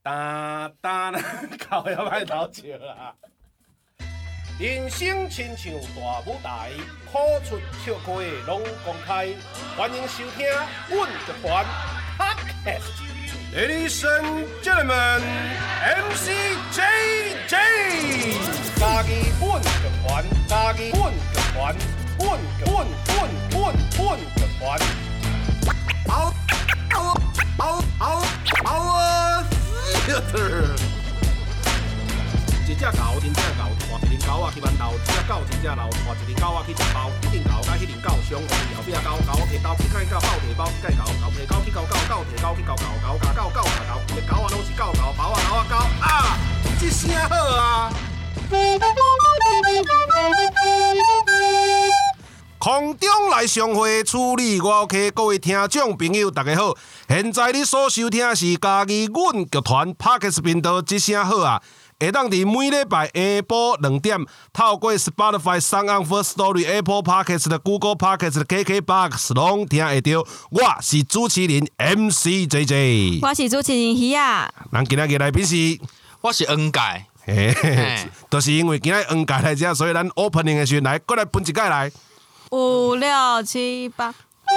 哒哒啦，靠也歹偷笑啦。人生亲像大舞台，苦出笑开拢公开。欢迎收听阮剧团 Podcast。Ladies and gentlemen, MC JJ， 家己阮剧团，家己阮剧团，阮剧团。一只狗真正狗，带一只狗仔去馒头；一只狗真正老，带一只狗仔去食包。一阵狗甲迄阵狗相换，后壁狗摕刀去甲狗，摕包去甲狗摕狗去狗，摕狗去狗，甲狗甲狗，一个狗仔拢是狗，包仔狗啊！这声好啊！空中来相会，处理我 OK， 各位听众朋友，大家好！现在你所收听的是家己阮剧团 Podcast 频道，一声好啊！会当伫每礼拜下晡2点，透过 Spotify、SoundOn、Firstory、Apple Podcast、Google Podcast、KKBox 拢听会到。我是主持人 MC JJ， 我是主持人鱼啊。 咱今仔日来宾是， 我是恩介， 就是因为今仔恩介来遮，所以咱 opening 的时候来，过来分一届来。 5、6、7、8。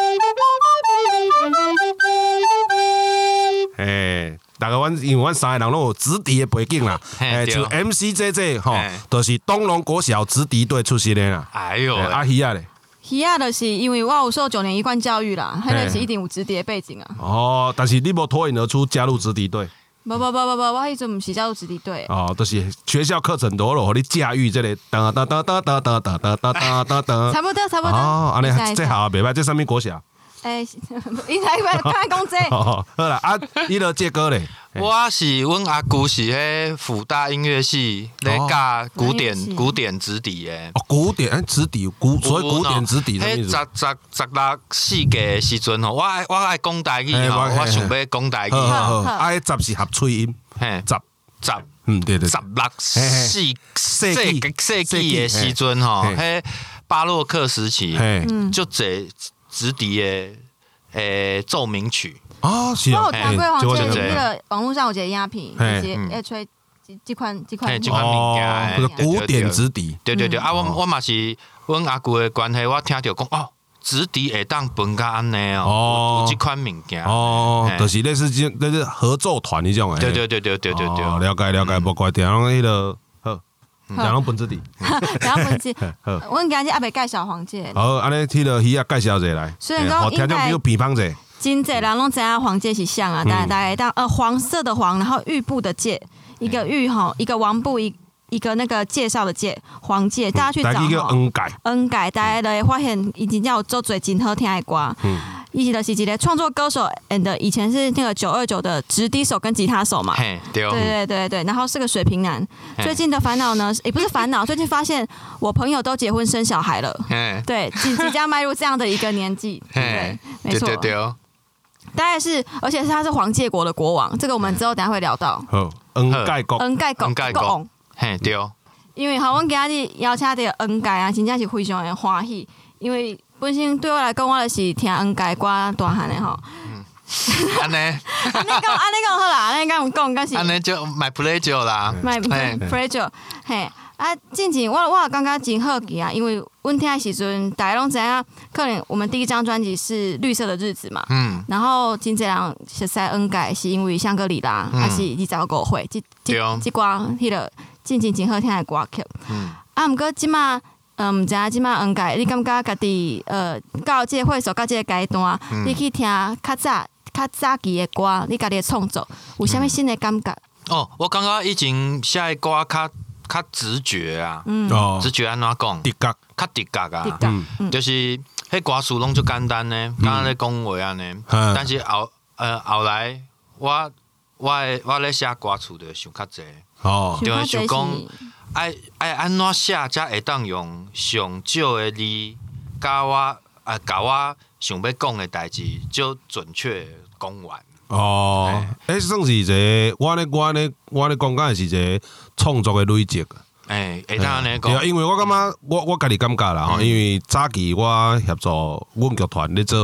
大家因为阮三个人拢有子弟的背景啦，像 MCJJ 吼，就是东龙国小子弟队出身的啦。 哎呦， 阿鱼啊咧， 鱼啊，就是因为我有受9年一贯教育啦，迄个是一定有子弟的背景啊。 哦，但是你无脱颖而出加入子弟队。 不，我迄阵毋是加入子弟队。 哦，就是学校课程多了，互你驾驭这个哒哒哒哒哒哒哒哒哒哒哒。 差不多。 哦，安尼这好袂歹，这什么国小？ 伊才看讲这。 好啦，啊，你著这歌咧。 我是阮阿姑是迄辅大音乐系咧教古典子弟的。 哦，古典子弟，所以古典子弟什么意思 ？16世纪的时阵吼，我爱讲台语吼，我想要讲台语。 啊，10是合喙音，10，对。 16世纪的时阵吼，迄巴洛克时期，就这子弟的奏鸣曲。 哦，是啊， 我有听过黄健那个网络上有一个影片，就是在吹这款物件， 古典子弟。 对。啊，我嘛是阮阿姑的关系，我听到讲哦，子弟会当分甲安尼哦，有这款物件。 哦，就是类似合奏团那种诶。 对。 了解，无怪定拢迄个好，定拢分子弟。 然后分子，阮今日还未介绍黄介。 好，安尼迄个鱼啊介绍一下来， 虽然讲听众朋友比方者。 真侪人拢知影黄介是像啊，大概黄色的黄，然后玉部的介，一个玉吼，一个王部，一个那个介绍的介，黄介，大家去找吼。恩介，大家就会发现伊真正有做侪真好听的歌。伊就是一个创作歌手 ，and 以前是那个929的直笛手跟吉他手嘛。对，然后是个水瓶男。最近的烦恼呢，也不是烦恼，最近发现我朋友都结婚生小孩了。对，即将迈入这样的一个年纪。对，没错。 对。 大概是，而且他是黄介国的国王，这个我们之后等一下会聊到。 好，恩介国， 对。 因为好，阮今日邀请到恩介啊，真正是非常的欢喜，因为本身对我来讲，我就是听恩介歌大汉的吼。 安尼讲好啦，安尼讲讲是。 安尼就买 play 酒啦， 买 play 酒，嘿。啊，近前我感觉真好奇啊，因为阮听的时阵，大家拢知影，可能我们第一张专辑是《绿色的日子》嘛，然后真侪人熟悉恩介是因为香格里拉，还是25岁，这歌迄个近前真好听的歌曲。啊，毋过即马，毋知影即马恩介，你感觉家己到这个会所到这个阶段，你去听较早期的歌，你家己的创作有啥物新的感觉？ 哦，我感觉以前写的歌较直觉啊，直觉安怎讲？较直觉啊，就是迄歌词拢足简单呢，刚刚咧讲话安尼，但是后来我咧写歌词就想较济，就想讲爱安怎写才会当用上少的字，甲我想要讲的代志，就准确讲完。 哦，算是一个我咧讲的是一个创作的累积。 会当安尼讲， 因为我感觉我家己感觉啦，因为早期我协助阮剧团咧做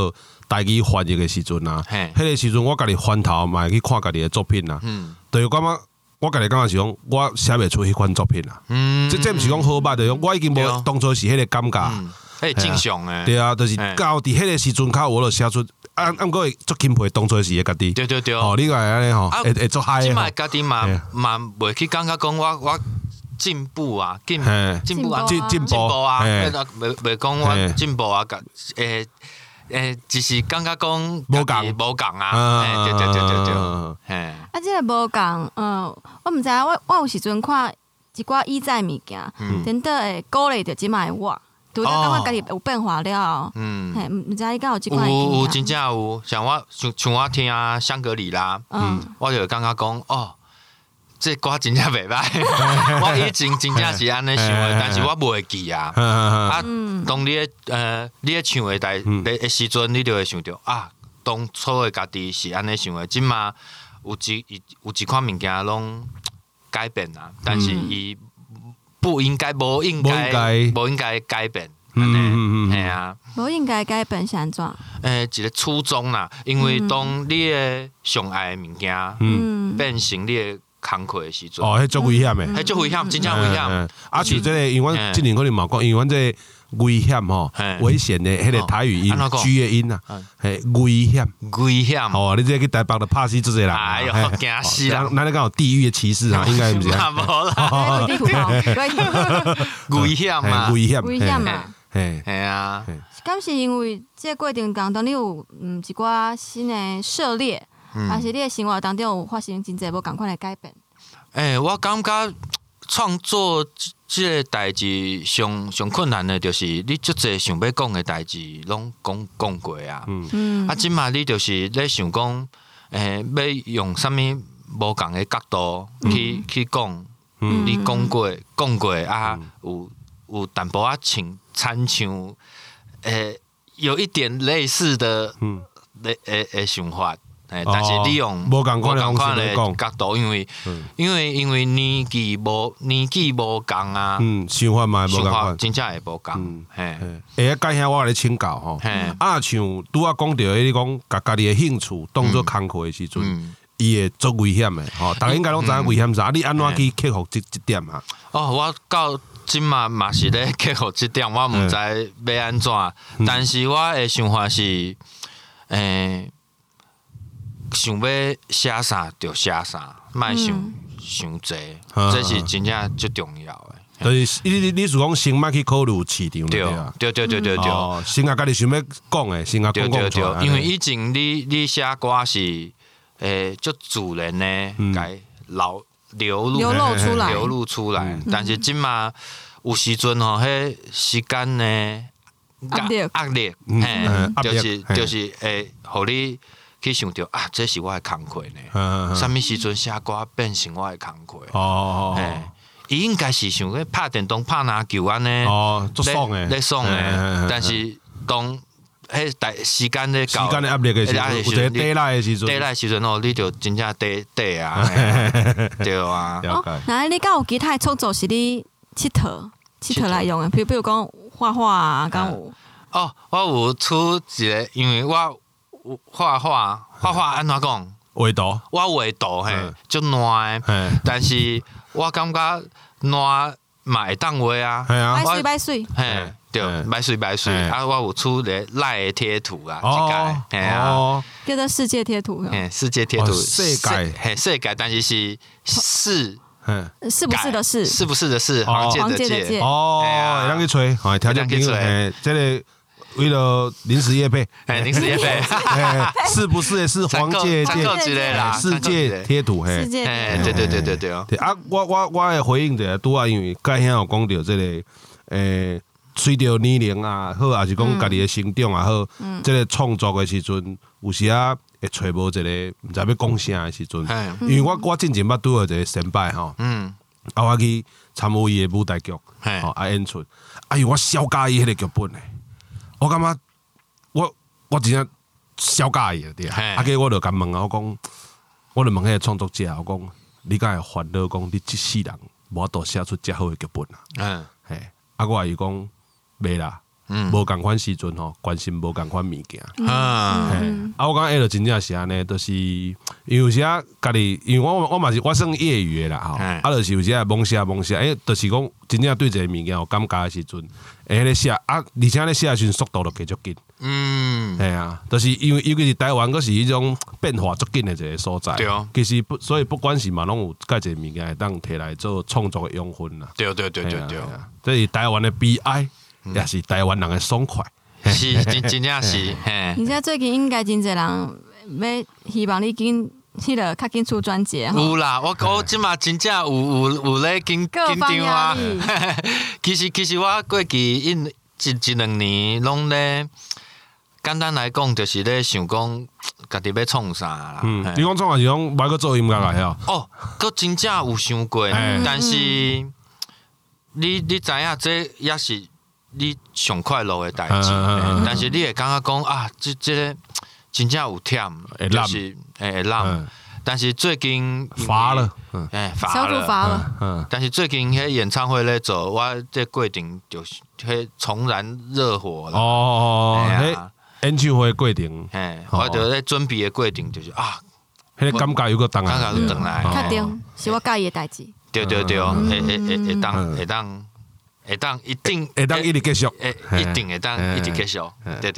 台语翻译的时阵啊，迄个时阵我家己翻头嘛会去看家己的作品啊，就感觉我家己感觉是讲我写袂出迄款作品啊，这毋是讲好歹，就讲我已经无当初是迄个感觉。 迄正常诶， 对啊，就是到伫迄个时阵，较我就写出，过会足钦佩当初是家己。 对。 哦，你个安尼吼，会足嗨。 即摆家己嘛袂去感觉讲我进步啊，进步啊，袂讲我进步啊，只是感觉讲无共啊，对。 即个无共，我毋知影，我有时阵看一寡以前物件，等到会鼓励着即摆我。拄则感觉家己有变化了，嘿，毋知你敢有即款？ 有真正有，像我听香格里拉，我就感觉讲哦，这歌真正袂歹。我以前真正是安尼想的，但是我袂记啊。当你咧唱的时阵，你就会想到啊，当初的家己是安尼想的，即嘛有一款物件拢改变啊，但是伊。无应该改变，系啊， 无应该改变是安怎？ 一个初衷啦，因为当你的上爱的物件，变成你的工课的时阵， 迄足危险诶， 迄足危险，真正危险。 而且这个，因为阮今年可能嘛讲，因为阮这危险吼，危险的迄个台语音，G 的音啊，嘿，危险。哦，你这去台北就拍死这些人， 哎呦，惊死啦！ 那你讲有地狱的歧视啊？应该不是。 无啦，危险嘛， 危险嘛， 系啊。 敢是因为这个过程当中，你有一寡新的涉猎，还是你的生活当中有发生真侪无共款的改变？ 我感觉创作。即个代志上困难的，就是你足侪想要讲的代志，拢讲过啊。即嘛你就是咧想讲，要用啥物无共的角度去讲，你讲过啊，有淡薄仔参像，有一点类似的想法。但是你用无共款的角度，因为年纪无共啊， 想法嘛无共款， 真正会无共。 会改遐我来请教吼，像拄仔讲到你讲家己的兴趣当做工课的时阵，伊会足危险的吼，大家应该拢知影危险啥，你安怎去克服这点啊？ 我到即嘛是咧克服这点，我毋知要安怎，但是我的想法是，想要写啥就写啥，莫想济，这是真正最重要的。 就是你是讲先莫去考虑市场对啊？ 对， 先家己想要讲的，先讲出来。 因为以前你写歌是足自然的，该流露出来，但是即嘛有时阵吼，迄时间呢压力，就是互你。去想到啊，这是我的工课呢。什么时阵写歌变成我的工课？伊应该是想咧拍电动、拍篮球安尼， 做爽诶， 咧爽诶。但是当迄时间咧到，时间的压力嘅时候，有一个低来的时阵， 低来时阵哦，你就真正低啊，对啊。 那你敢有其他创作是你佚佗来用诶？比如讲画画啊，敢有？ 我有出一个，因为我。画画安怎讲？ 画图， 我画图嘿，足烂诶。但是我感觉烂嘛会当画啊。 歹水， 嘿，对，歹水。啊，我有出咧赖的贴图啊， 一个， 叫做世界贴图。 世界贴图， 世界，但是是是不是的是？ 是不是的是？黄界的界。 会当去吹，条件去吹，这个。为了临时业配，是不是也是黄界世界贴图？ 世界， 对哦。 啊，我的回应者拄啊，因为刚才有讲到这个，随着年龄啊，好，还是讲家己的成长啊，好，这个创作的时阵，有时啊会找无一个唔知要讲啥的时阵，因为我之前捌拄到一个先辈吼，我去参与伊的舞台剧，演出，哎呦，我小介意迄个剧本诶。我感觉我真正小介意对啊，个我就甲问啊，我讲，我就问迄个创作者，我讲，你敢会烦恼讲你这世人无法度写出遮好的剧本啊？嘿，我伊讲袂啦， 无共款时阵吼，关心无共款物件。我感觉就真正是安尼，就是因为有时啊，家己因为我嘛是我算业余的啦吼，就是有时啊懵写，就是讲真正对一个物件有感觉的时阵，会咧写而且咧写的时阵速度就继续紧。系啊，就是因为尤其是台湾，佫是迄种变化足紧的一个所在。 对哦， 其实所以不管是嘛，拢有介一个物件会当摕来做创作的养分啦。 对， 这是台湾的悲哀，也是台湾人的爽快。 是真正是。 而且最近应该真侪人要希望你紧。迄个较紧出专辑有啦，我即马真正有咧紧张啊。其实我过去一两年拢咧，简单来讲就是咧想讲，家己要创啥啦。 你讲创啥是讲买个做音乐来哦？ 哦，佫真正有想过，但是你知影这也是你上快乐的代志，但是你会感觉讲啊，这个。真正有忝，就是会烂，但是最近乏了， 小组乏了， 但是最近迄演唱会咧做，我这过程就是迄重燃热火了。 迄演唱会过程， 我就咧准备的过程就是啊， 迄个感觉又个回来， 感觉回来， 确定是我介意的代志。 对，会当一定会当一直继续， 一定会当一直继续，对。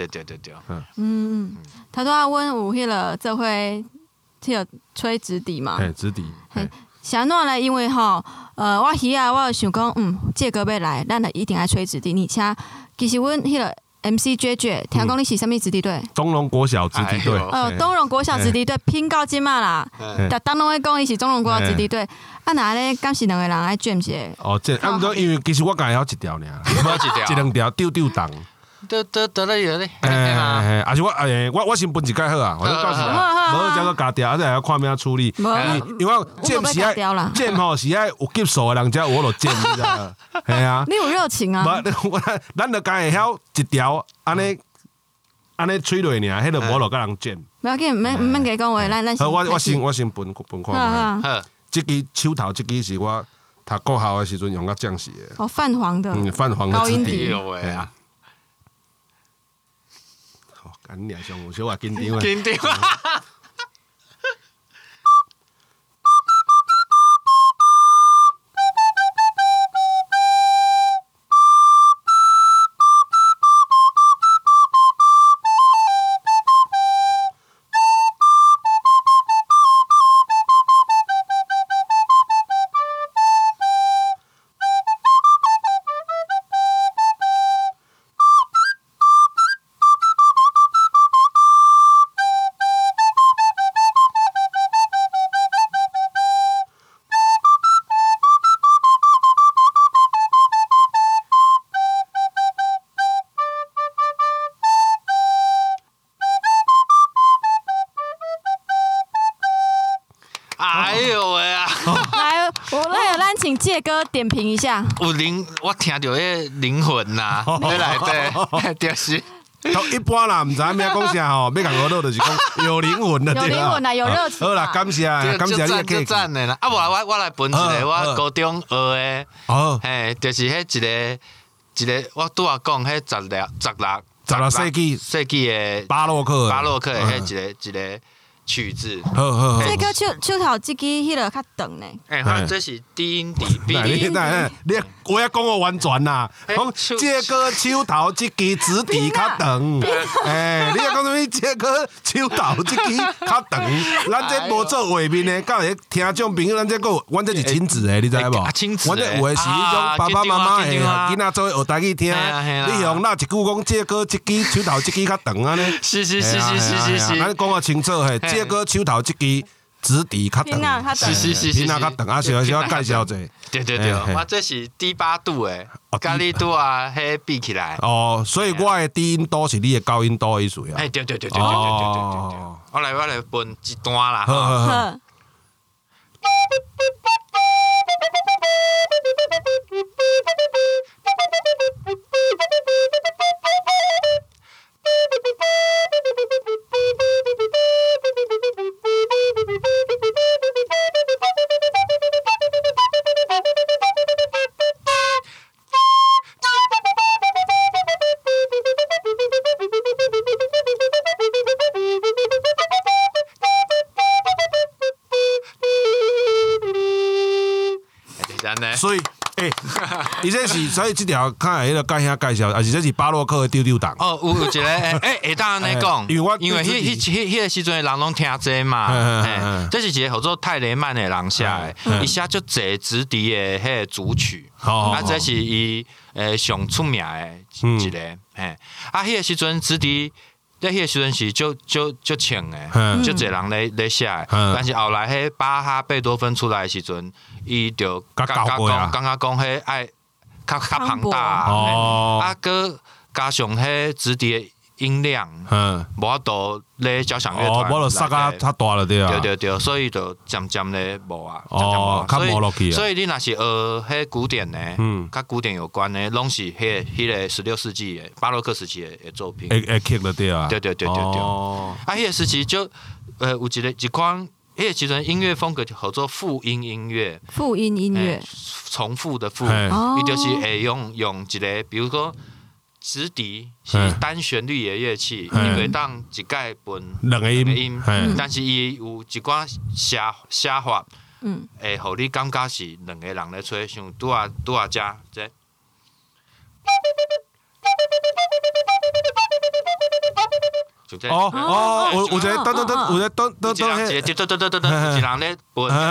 他说阮有迄个做伙迄个吹直笛嘛， 直笛。 啥弄来？因为吼，我喜啊，我想讲，这歌要来，咱就一定爱吹直笛。而且其实阮迄个 MC 听讲你是啥物直笛队？ 东龙国小直笛队。 东龙国小直笛队拼到即马啦，当拢会讲伊是东龙国小直笛队。啊，那咧，敢是两个人爱 jam 一下？ 毋过因为其实我家晓一条尔，一两条丢档。 得了有咧， 而且我先分一解好啊，我告诉你，无叫做加调，还要看咩处理。因为剑是爱剑吼是爱有技术的人才有落剑，你知道？系啊， 你有热情啊！ 咱就家会晓一条安尼吹落尔，迄个无落甲人剑。 不要紧，免加讲话，咱先。 我先分看。这支手头，这支是我读国校的时阵用到降时的。 泛黄的。 泛黄的直笛。 干你啊，上有小话紧张啊！ 紧张啊！哎呦喂啊！ 来，咱请介哥点评一下。 我听到迄灵魂呐，来对，就是。 一般啦，唔知影咩讲啥吼，要讲我就是讲有灵魂的， 有灵魂啦，有热情。 好啦，感谢你的客气。 赞的啦！啊，我来分一个我高中学的，嘿，就是迄一个我拄啊讲迄16世纪的巴洛克的迄一个曲子。 这个手头这支迄个较长呢。 这是低音底 B 音。 你我要讲我完全啦，讲这个手头这支直笛较长。你要讲什么？这个手头这支较长，咱这无做画面的，到听众朋友，咱这个，阮这是亲子的，你知无？ 亲子。 阮这有的是迄种爸爸妈妈的，囡仔做学台语听。你用那一句讲这个这支手头这支较长啊呢？ 是。 咱讲啊清楚嘿。这个手头这支直笛较长， 是较长，啊，小介绍者。 对，我这是低八度诶，咖喱度啊，迄比起来。 所以我的低音度是你的高音度的意思啊。 对。我来分一段啦。 好。 所以。伊这是所以这条看迄个介兄介绍，还是这是巴洛克的丢丢档。 哦，有一个会当安尼讲，因为迄个时阵人拢听这嘛，这是一个叫做泰雷曼的人写的，伊写足侪直笛的迄个主曲，啊，这是伊上出名的一个，啊，迄个时阵直笛。在迄个时阵是就请诶，就侪人咧写诶，但是后来迄巴哈贝多芬出来诶时阵，伊就刚刚讲迄爱较庞大啊，佮加上迄直笛诶音量，无法度咧交响乐团， 无就杀甲较大了对啊， 对，所以就渐渐咧无啊， 较无落去啊。 所以你若是学迄古典呢，甲古典有关呢，拢是迄个16世纪的巴洛克时期的作品， 会kick了对啊， 对。啊，迄个时期就有一款，迄个时阵音乐风格就叫做复音音乐，重复的复，伊就是会用一个，比如说。直笛是单旋律的乐器，伊会当一概分两个音， 但是伊有一寡写法，会互你感觉是两个人咧吹，像拄啊这。 有一个等，有一个等， 一人咧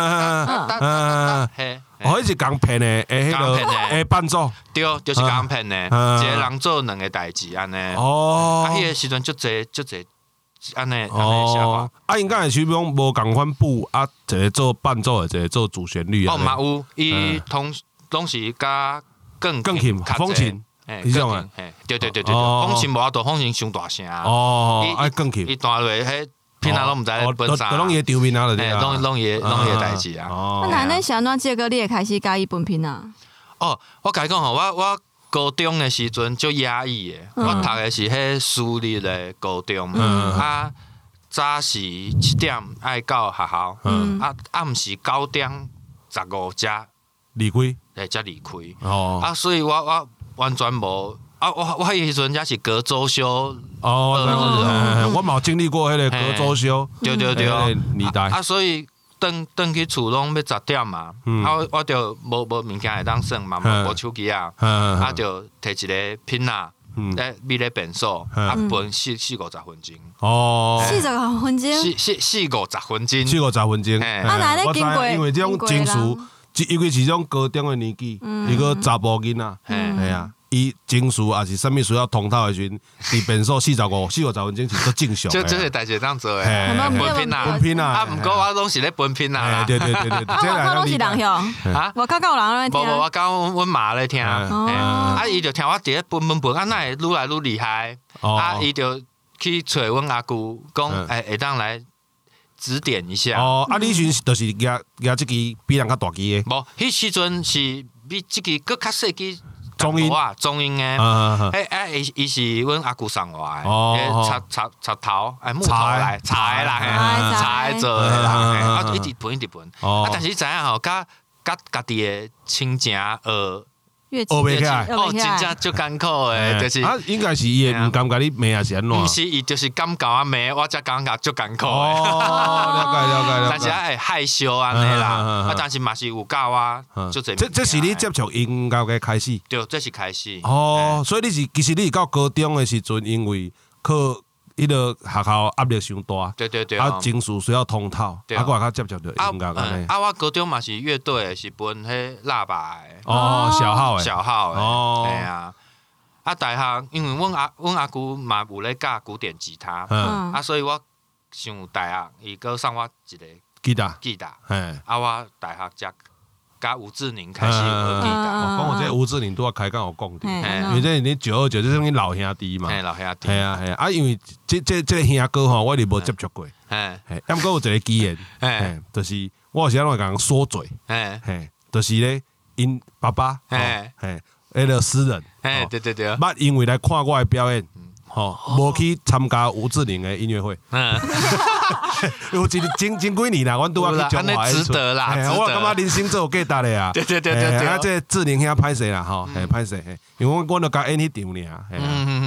分， 迄是钢片的，迄个伴奏， 对，就是钢片的，一个人做两个代志安尼。啊，迄个时阵足侪安尼写法。 啊，因敢会比讲无共款谱啊，一个做伴奏，一个做主旋律啊。 嘛有，伊拢是加更琴、风琴。 迄种啊，对，风琴无法度，风琴伤大声。 爱更琴， 伊弹落迄片仔拢毋知分啥， 拢伊场面啊， 拢伊代志啊。 那哪能想怎这个你会开始介意分片啊？ 哦，我甲你讲吼，我高中的时阵就压抑的，我读的是迄私立的高中，啊，早是7点爱到学校，啊，暗时9点15才离开， 才离开。啊，所以我完全无。啊，我迄时阵也是隔周休我嘛有经历过迄个隔周休， 对， 年代啊，所以转去厝拢要10点嘛，我就无物件会当耍嘛，无手机啊，啊就摕一个片仔，米咧便所，啊分40-50分钟。 哦，40-50分钟 ，40-50分钟 ，40-50分钟。 啊，哪咧经过？ 因为这种情绪，尤其是这种高中的年纪，一个查甫囡仔，系啊。伊情绪也是啥物需要通透的时阵，伫便所40-50分钟是做正常的。 这个代志当做诶，分片啊，啊，毋过我拢是咧分片啊。 对， 这我拢是人哟，啊，我较有人咧听。 无，我教阮妈咧听，啊，伊就听我伫咧分，啊，那会愈来愈厉害，啊，伊就去找阮阿姑讲，会当来指点一下。 哦，啊，你时阵就是举这支比人较大支的。 无，迄时阵是比这支搁较细支。中音诶，伊是阮阿姑送我诶，插头，木头来柴啦，柴做诶啦，啊一直分，啊但是知影吼，甲家己诶亲情学袂起来， 真正足艰苦诶，就是啊，应该是伊会毋甘甲你骂，还是安怎？ 毋是，伊就是敢教我骂，我才感觉足艰苦诶。 了解。 但是会害羞安尼啦，啊，但是嘛是有教我足侪。 这是你接触音乐嘅开始？ 对，这是开始。 哦，所以其实你到高中的时阵，因为迄个学校压力伤大， 对， 啊，情绪需要通透，啊，我较接触到音乐安尼。 啊，我高中嘛是乐队，是分迄喇叭的。 哦，小号的。哦，系啊。啊，大学因为阮阿姑嘛有咧教古典吉他，啊，所以我上大学伊搁送我一个吉他，啊，我大学才甲吴志宁开始学吉他。 讲我这吴志宁拄仔开讲有讲的，因为这你929这是你老兄弟嘛， 老兄弟， 系啊，因为这个兄哥吼，我哋无接触过，毋过有一个机缘，就是我有时仔讲说嘴，就是咧因爸爸，迄个诗人， 对， 捌因为来看我的表演，无去参加吴志宁的音乐会。有一前几年啦，阮拄仔去中华值得啦， 我感觉人生做有价值的啊。 对。 啊，这志宁兄歹势啦，吼，歹势，因为阮就甲演迄场尔，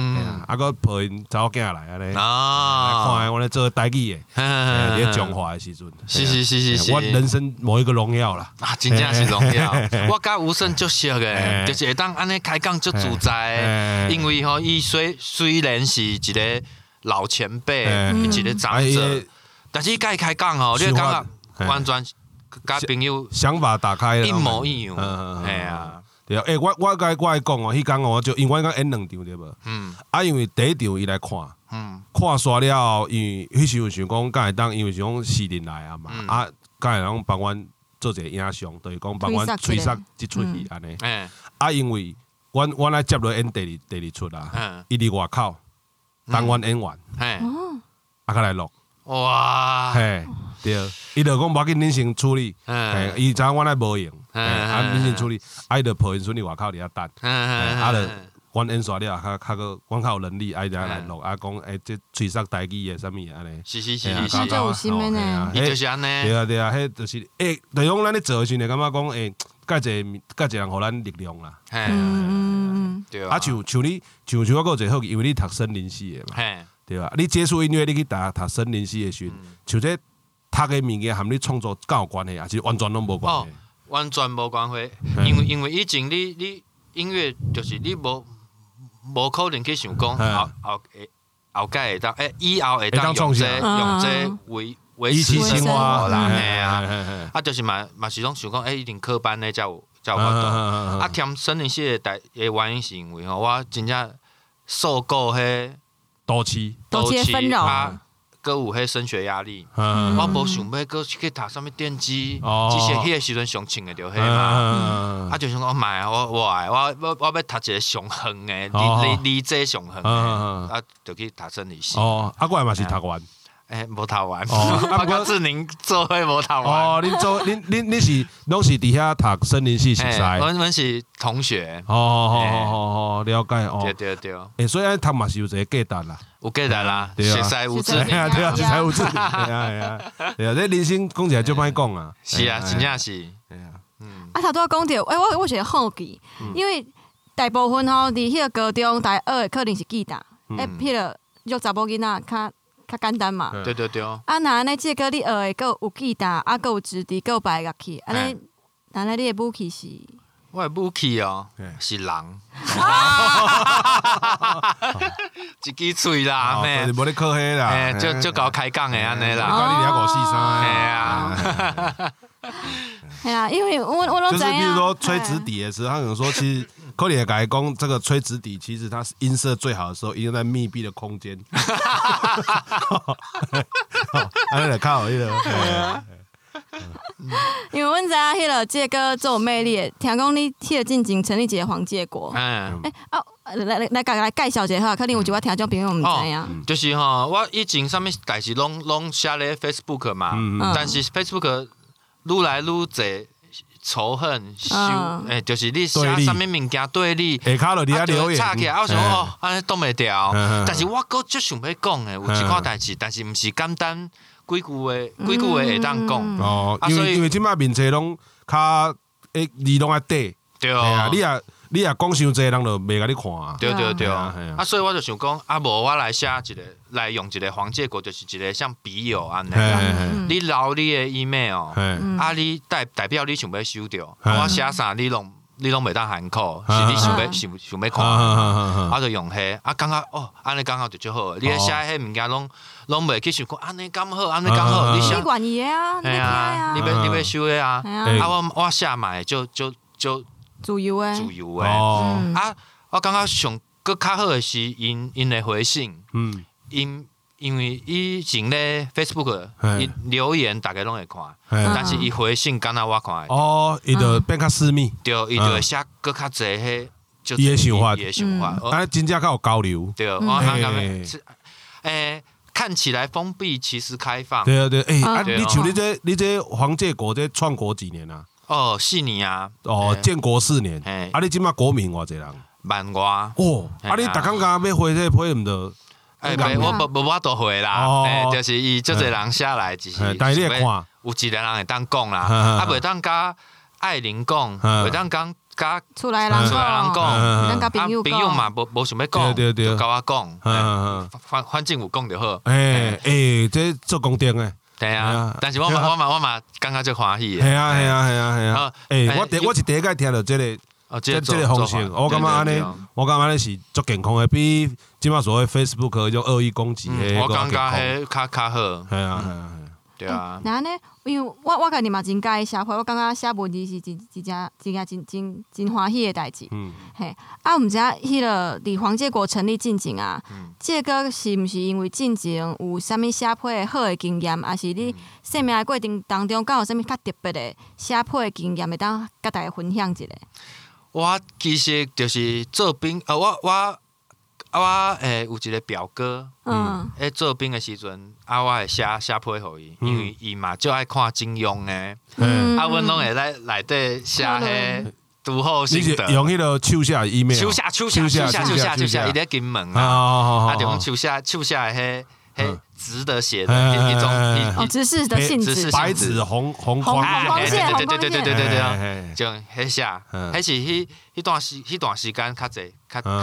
啊个抱因查某囝来安尼， 啊， 看我咧做台语诶，咧讲话诶时阵， 是， 我人生某一个荣耀啦， 啊，真正是荣耀，我甲吴胜足熟诶，就是会当安尼开讲足自在，因为吼伊虽然是一个老前辈，一个长者，但是伊甲伊开讲吼，你感觉完全甲朋友想法打开了， 一模一样，系啊。 对啊，我甲我讲哦，迄工我就因为我讲演2场对无？因为第一场伊来看，看煞了后，因为迄时阵想讲，敢会当因为是讲私人来啊嘛，敢会当帮阮做一个影像，就是讲帮阮吹杀即出戏安尼。因为阮来接落演第二出啦，伊伫外口当阮演员，较来录。 哇！ 嘿，对，伊就讲无要紧，恁先处理。伊知影阮来无用，恁先处理，伊就抱因孙伫外口伫遐等，就阮演煞了，较个阮较有能力，伊就来录，讲即吹杀台语诶，啥物安尼。 是， 真有心诶呢。 伊就是安尼。 对啊，迄就是就讲咱咧做诶时阵，感觉讲介一人互咱力量啦。 对啊，像我有一个好，因为你读森林系诶嘛。对吧？你接触音乐，你去读森林系的时阵，像这读的物件，和你创作敢有关系，还是完全拢无关系？ 完全无关系，因为以前你音乐就是你无可能去想讲后届会当以后会当用这维持生活啦，啊，就是嘛是拢想讲一定科班的才有法度。啊，填森林系的原因是因为我真正受够迄。 多期纷扰啊，搁有迄升学压力，我无想要搁去读啥物电机，只是迄个时阵上穿的着迄嘛，就想讲买我要读一个上远的，理这上远的，就去读生理系。 我也嘛是读完。 无读完，我甲志宁做伙无读完。 恁是拢是伫遐读森林系熟悉？ 阮是同学。 了解。 对。 所以读嘛是有一个价值啦。 有价值啦，熟悉有志。 对啊，熟悉有志。对啊，这人生讲起来就歹讲啊。 是啊，真正是。 头拄仔讲着，我是好奇，因为大部分伫迄个高中大学可能是吉他，迄个就查某囡仔较简单嘛。 对。 啊，那安尼即个你学的，佫有吉他，啊，佫有直笛，佫有别乐器，安尼，那你的武器是？ 我的武器哦，是人。一支喙啦， 就是无咧靠迄啦， 就搞开讲的安尼啦。 管你2、5、4、3。 系啊，因为我拢知影。就是比如说吹直笛的时候，他可能说其实。可能会讲这个吹直笛，其实它音色最好的时候，一定在密闭的空间。安尼来较好迄个。 因为阮知影迄个这个做有魅力的，听讲你迄个进前成立一个黄介国。来介绍一下，可能有一寡听众朋友毋知影。 就是我以前啥物代志拢写咧 Facebook 嘛，但是 Facebook 愈来愈侪。仇恨、就是你写啥物物件对你， 下骹就伫遐留言， 吵起来，我想安尼挡袂掉。但是我搁足想要讲诶，有一款代志，但是毋是简单几句话会当讲。 因为即摆面册拢较字拢爱短， 对啊， 你也讲伤济，人就袂甲你看啊。 对，所以我就想讲，无我来写一个，来用一个黄介国，就是一个像笔友安尼。你留你的 email， 你代表你想要收到，我写啥你拢袂当含扣，是你想要看，我就用迄，感觉安尼刚好就足好。你写迄物件拢袂去想讲安尼刚好，你写你愿意啊？ 系啊，你要收的啊？我写嘛就。自由诶，我感觉上佫较好诶是因的回信，因为以前咧 Facebook 留言大家拢会看，但是伊回信敢若我看伊就变较私密， 对，伊就会写佫较侪迄， 伊的想法，真正较有交流， 对，看起来封闭，其实开放， 对，你像你这黄介国这创国几年啊 4年啊！ 建国4年，你即马国民偌济人 ？10000外。 你逐工敢要回这批毋着？ 我无法度回啦，就是伊足侪人下来，只是但你会看， 有一个人会当讲啦，袂当甲艾琳讲，袂当甲甲厝内人讲， 咱甲朋友嘛无想要讲， 对， 就甲我讲，反正有讲就好。 这做公定诶。 对啊，但是我嘛感觉足欢喜诶。 系啊。我是第一届听到这个方式，我感觉安尼是足健康诶，比即马所谓 Facebook 迄种恶意攻击诶， 我感觉迄较好。 系啊。 对啊。 那呢，因为我家己嘛真介意写批，我感觉写文字是真欢喜诶代志。嘿，毋知迄个伫黄介国成立进前啊，这个是毋是因为进前有啥物写批诶好诶经验，还是你生命诶过程当中，敢有啥物较特别诶写批诶经验，会当甲大家分享一下？ 我其实就是做兵，我有一个表哥，做兵的时阵，我会写批互伊，因为伊嘛就爱看金庸诶，阮拢会来内底写迄读后心得。 你是用迄个手写 email？ 手写，伊咧金门啊，就用手写迄直的写的一种， 直视的性质， 白纸红框， 对，就迄写，迄是迄段时间较济，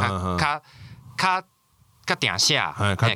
较定写， 较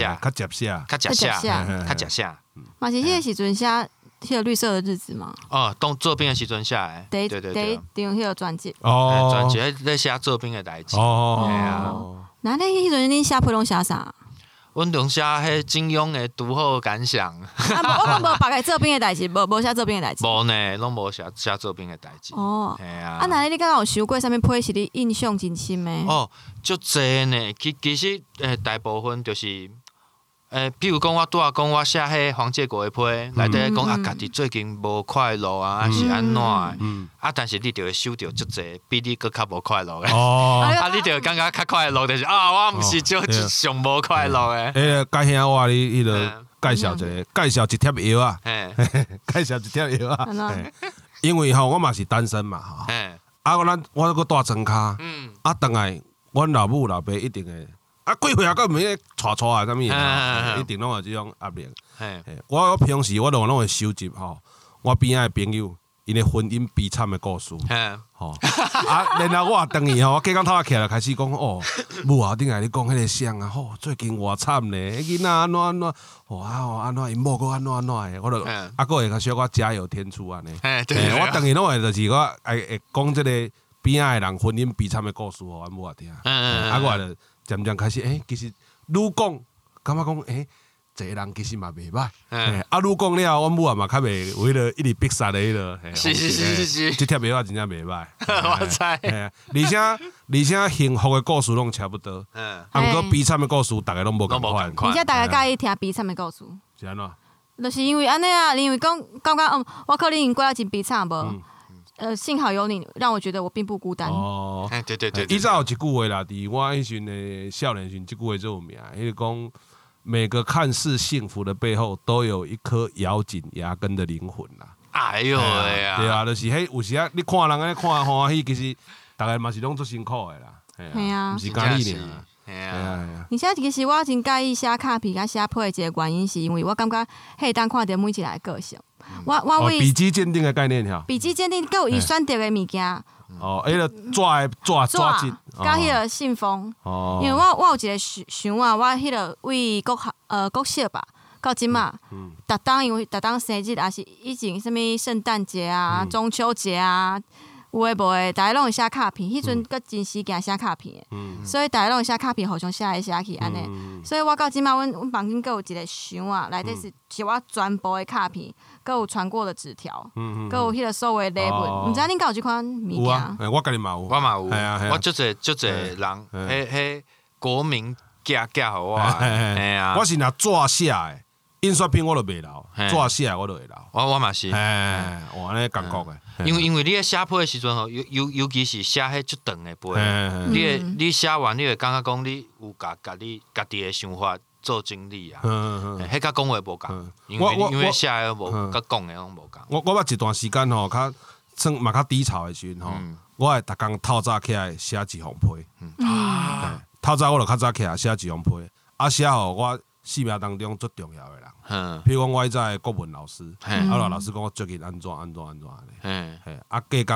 接写， 嘛是迄个时阵写迄个绿色的日子嘛。 当做兵的时阵写的，对， 第一迄个专辑， 专辑咧写做兵的代志， 那你迄阵你写批拢写啥？ 阮拢写迄金庸的读后感想。 我无白个做兵的代志，无写做兵的代志。 无呢，拢无写做兵的代志。 系啊。那你敢有想过啥物批是你印象真深的？ 足济呢。其实大部分就是。比如讲，我拄仔讲，我写迄黄介国的批，内底讲家己最近无快乐啊，是安怎的？但是你就会收到足济，比你佫较无快乐的。你就感觉较快乐，就是我毋是上无快乐的。 介兄我你迄个介绍一贴药啊，介绍一贴药啊。因为我嘛是单身嘛，我佫住庄骹，等下阮老母老爸一定会。几岁啊？佫毋免带啊，啥物？一定拢有即种压力。我平时我拢会收集我边仔的朋友因的婚姻悲惨的故事。然后我也等伊我隔工透仔起来开始讲母啊，顶下你讲迄个谁啊？最近偌惨咧，囡仔安怎，安怎因某佫安怎的，我就佫会较小可加油添醋安尼。我等伊拢会就是我会讲即个边仔的人婚姻悲惨的故事阮母也听。我就。渐开始，其实愈讲，感觉讲，一个人其实嘛袂歹。愈讲了，阮母也嘛较袂为了一直逼杀的迄个。 是， 这贴药啊真正袂歹。 我知。 而且幸福的故事拢差不多。毋过悲惨的故事，大家拢无共款。 而且大家介意听悲惨的故事。 是安怎？ 就是因为安尼啊，因为感觉我可能已经过了真悲惨无。幸好有你，让我觉得我并不孤单。 对。 以前有一句话啦，伫我迄阵的少年时，这句话最有名，迄个讲每个看似幸福的背后，都有一颗咬紧牙根的灵魂啦。 哎呦喂啊！ 对啊，就是迄有时啊，你看人安尼看欢喜，其实大家嘛是拢足辛苦的啦。 系啊， 毋是家己尔。 而且其实我真介意写卡片甲写批的一个原因，是因为我感觉迄当看到每一个人的个性。我为笔迹鉴定的概念吼， 笔迹鉴定佮有伊选择的物件。 迄个纸， 甲迄个信封。因为我有一个想法，我迄个为国小吧，到即嘛，因为逐当生日，也是以前什物圣诞节啊、中秋节啊。有诶无诶，大家拢会写卡片，迄阵佫真时行写卡片诶，所以大家拢会写卡片，互相写来写去安尼。所以我到即摆，阮房间佫有一个箱啊，内底是我全部诶卡片，佫有传过的纸条，佫有迄个所有诶礼物。毋知恁敢有即款物件？ 有啊，我家己嘛有， 我嘛有，我足侪人，迄国民寄互我， 我是拿纸写诶。印刷品我就袂留，纸写我就会留。 我嘛是， 我安尼感觉诶。 因为你咧写批的时阵吼，尤其是写迄足长的批，你写完你会感觉讲你有家己的想法做整理啊，迄甲讲话无共，因为写的无甲讲的拢无共。 我捌一段时间吼，算嘛较低潮的时阵吼，我会逐工透早起来写一封批，透早我就较早起来写一封批，写互我。生命当中最重要的人，譬如讲我迄阵国文老师，老师讲我最近安怎，隔工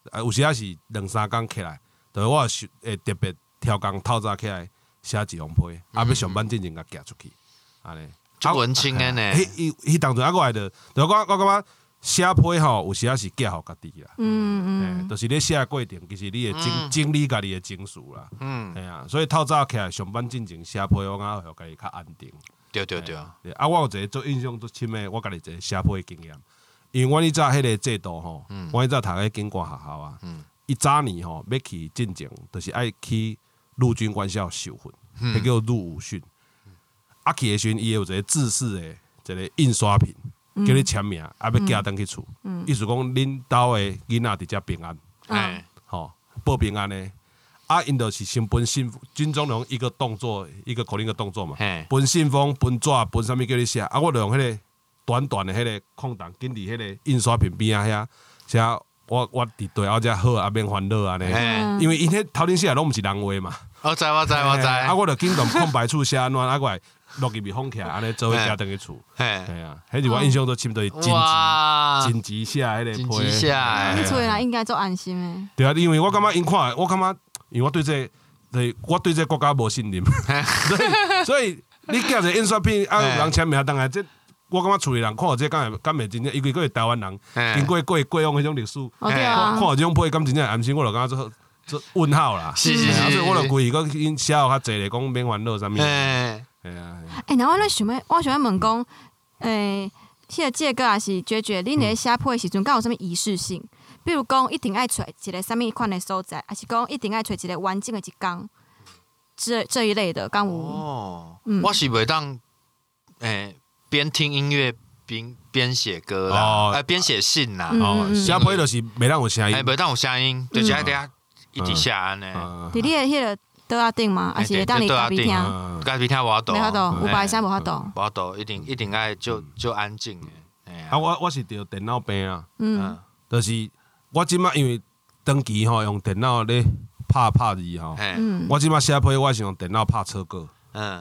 有时啊是2-3工起来，就我会特别挑工透早起来写一封批，要上班之前甲寄出去，安尼。 足文青的呢。 迄当阵我来就我感觉写批吼，有时啊是寄互家己啦。就是咧写过程，其实你会整理家己的情绪啦。系啊，所以透早起来上班之前写批，我感觉互家己较安定。 对。 啊，我有一个做印象足深的，我家己一个写批的经验。因为阮迄早迄个制度吼，我迄早读迄警官学校啊，伊早年吼要去进前，就是爱去陆军官校受训，迄叫入伍训。啊去的时阵，伊有一个制式的一个印刷品，叫你签名，啊要寄登去厝。意思讲恁兜的囡仔伫遮平安，吼报平安的。啊，因就是先分军中用一个动作，一个口令的动作嘛，分信封、分纸、分啥物叫你写。啊，我就用迄个短短的迄个空档，紧伫迄个印刷品边啊遐写，我伫对后遮好啊，免烦恼安尼。因为因迄头前写的拢毋是人话嘛。 我知。 啊，我就紧动空白处写安怎，啊，我落去咪放起来，安尼做伙寄登去厝。系啊，迄是我印象都深，就是紧急写迄个。 紧急写。 你厝人应该做安心诶。 对啊，因为我感觉因看，我感觉。因为我对这国家无信任，所以你寄一个印刷品，啊，有人签名，当然这我感觉厝里人看到这敢会真正，因为佫是台湾人，经过过往迄种历史，看到这种批，敢真正安心，我就感觉做问号啦。 是， 所以我就故意佫因写较济咧，讲免烦恼啥物。系啊。 然后我想要问讲，迄个这个也是决绝，恁咧写批的时阵，敢有啥物仪式性？比如讲，一定爱找一个啥物款的所在，还是讲一定爱找一个完整的一工，这一类的，敢有？ 我是袂当，边听音乐边写歌啦，边写信啦。 写批就是袂当有声音， 袂当有声音，就是爱伫一直写安尼。 伫你的迄个桌仔顶嘛，还是会当你隔壁听？ 隔壁听无法度， 有白声无法度， 无法度，一定爱就安静的。 啊，我是着电脑病啊，就是我即马因为长期吼用电脑咧拍字吼，我即马写批我是用电脑拍草稿。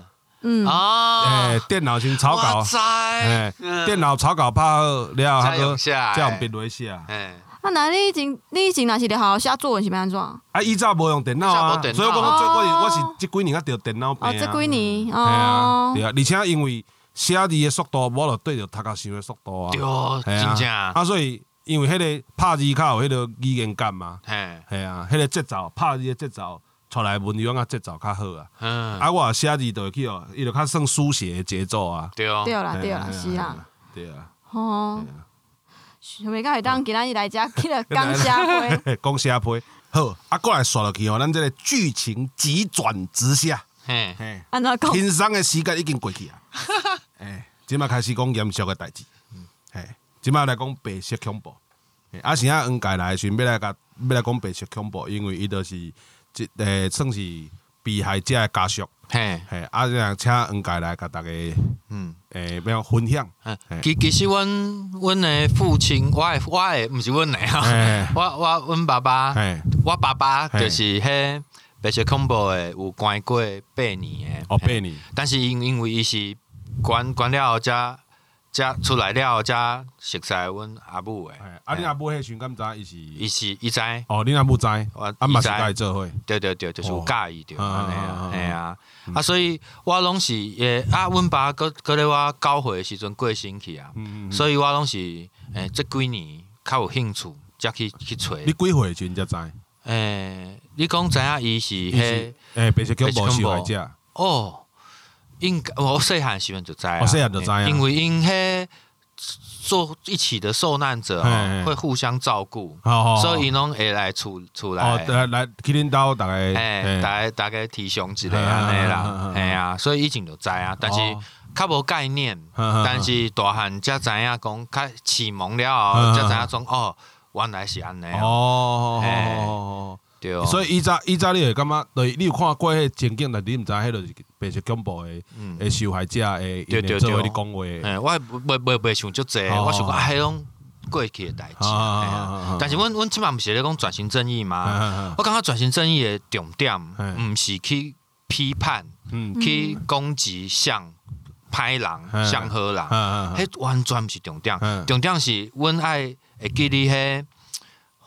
电脑先草稿，电脑草稿拍好了，还佫再用笔来写。 啊，那你以前若是咧好好写作文是要安怎？ 啊，以早无用电脑啊，所以我讲我是即几年才着电脑病啊。 这几年对啊，而且因为写字的速度，我著对着读甲想的速度啊。 对，真正。 啊，所以因为迄个拍字较有迄个语言感嘛，系啊，迄个节奏拍字的节奏出来文章啊节奏较好啊。啊，我写字就会去哦，伊就较算书写的节奏啊。 对啦，是啊。 对啊。 哦。想袂到会当今仔日来遮去了讲写批， 讲写批好，啊，过来刷落去哦，咱这个剧情急转直下， 安怎讲？ 轻松的时间已经过去啊，即马开始讲严肃的代志，即马来讲白色恐怖，啊，是啊，恩介来时要来讲白色恐怖，因为伊就是算是被害者的家属，啊，请恩介来甲大家，要分享。 其实阮的父亲，我的毋是阮的哈，阮爸爸，我爸爸就是迄白色恐怖的，有关过8年的。 8年。 但是因为伊是关了后才出来了后才熟悉阮阿母的。 啊，恁阿母迄时阵敢知伊知。 哦，恁阿母知，嘛是甲伊做伙。 对，就是有介意着安尼啊，系啊。啊，所以我拢是阮爸搁咧我9岁的时阵过身去啊，所以我拢是这几年较有兴趣，才去找。 你几岁时阵才知？ 你讲知影伊是迄白色恐怖受害者？ 哦，应该我细汉时阵就知啊， 细汉就知啊， 因为因迄做一起的受难者会互相照顾，所以伊拢会来厝来， 来去恁兜大概， 大概提倡一个安尼啦，系啊，所以以前就知啊，但是较无概念，但是大汉才知影讲，较启蒙了后才知影讲哦，原来是安尼哦，对， 所以以早你会感觉，对，你有看过迄情景，但你毋知迄就是白色恐怖的受害者的，对，做伙你讲话。 我袂想足济，我想讲迄种过去的代志。但是阮即满毋是咧讲转型正义嘛？我感觉转型正义的重点，毋是去批判，去攻击像歹人、像好人，迄完全毋是重点。重点是阮爱会记你迄